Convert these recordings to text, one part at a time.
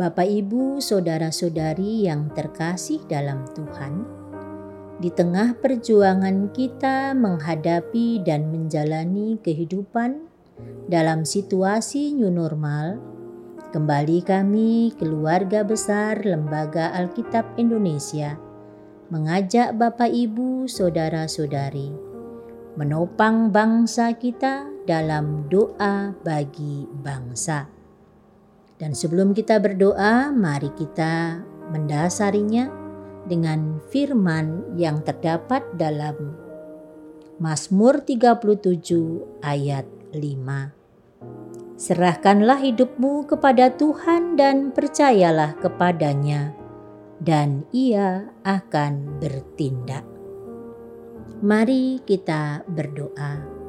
Bapak, Ibu, saudara-saudari yang terkasih dalam Tuhan, di tengah perjuangan kita menghadapi dan menjalani kehidupan dalam situasi new normal, kembali kami, keluarga besar Lembaga Alkitab Indonesia, mengajak Bapak, Ibu, saudara-saudari menopang bangsa kita dalam doa bagi bangsa. Dan sebelum kita berdoa, mari kita mendasarinya dengan firman yang terdapat dalam Mazmur 37 ayat 5. Serahkanlah hidupmu kepada Tuhan dan percayalah kepadanya, dan Ia akan bertindak. Mari kita berdoa.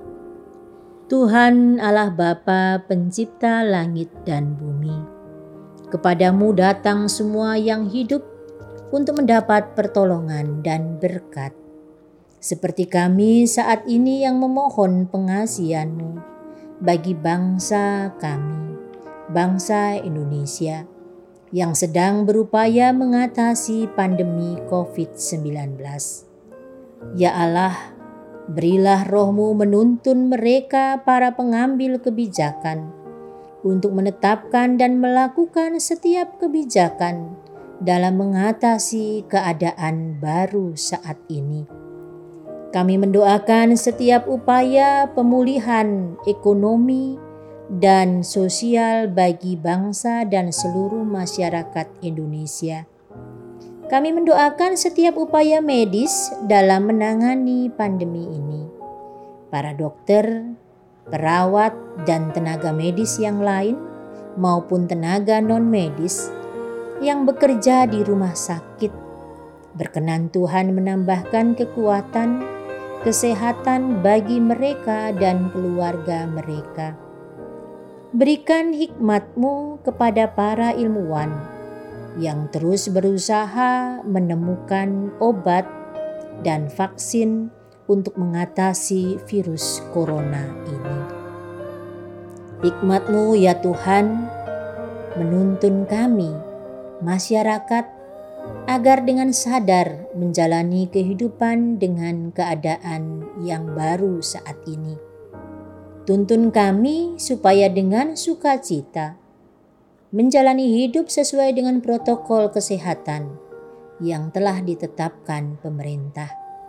Tuhan Allah Bapa pencipta langit dan bumi, kepadamu datang semua yang hidup untuk mendapat pertolongan dan berkat. Seperti kami saat ini yang memohon pengasihan-Mu bagi bangsa kami, bangsa Indonesia, yang sedang berupaya mengatasi pandemi COVID-19. Ya Allah, berilah Roh-Mu menuntun mereka para pengambil kebijakan untuk menetapkan dan melakukan setiap kebijakan dalam mengatasi keadaan baru saat ini. Kami mendoakan setiap upaya pemulihan ekonomi dan sosial bagi bangsa dan seluruh masyarakat Indonesia. Kami mendoakan setiap upaya medis dalam menangani pandemi ini. Para dokter, perawat, dan tenaga medis yang lain maupun tenaga non-medis yang bekerja di rumah sakit. Berkenan Tuhan menambahkan kekuatan, kesehatan bagi mereka dan keluarga mereka. Berikan hikmat-Mu kepada para ilmuwan yang terus berusaha menemukan obat dan vaksin untuk mengatasi virus corona ini. Hikmat-Mu ya Tuhan menuntun kami, masyarakat, agar dengan sadar menjalani kehidupan dengan keadaan yang baru saat ini. Tuntun kami supaya dengan sukacita menjalani hidup sesuai dengan protokol kesehatan yang telah ditetapkan pemerintah.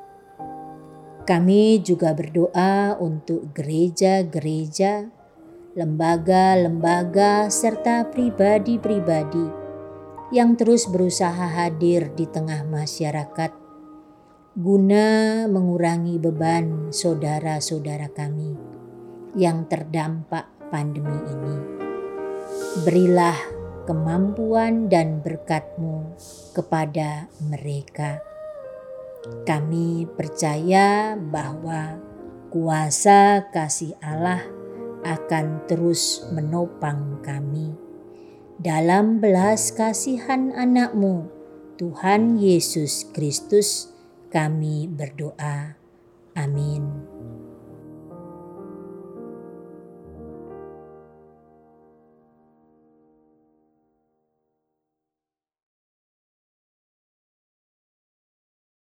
Kami juga berdoa untuk gereja-gereja, lembaga-lembaga, serta pribadi-pribadi yang terus berusaha hadir di tengah masyarakat guna mengurangi beban saudara-saudara kami yang terdampak pandemi ini. Berilah kemampuan dan berkat-Mu kepada mereka. Kami percaya bahwa kuasa kasih Allah akan terus menopang kami. Dalam belas kasihan anak-Mu, Tuhan Yesus Kristus, kami berdoa. Amin.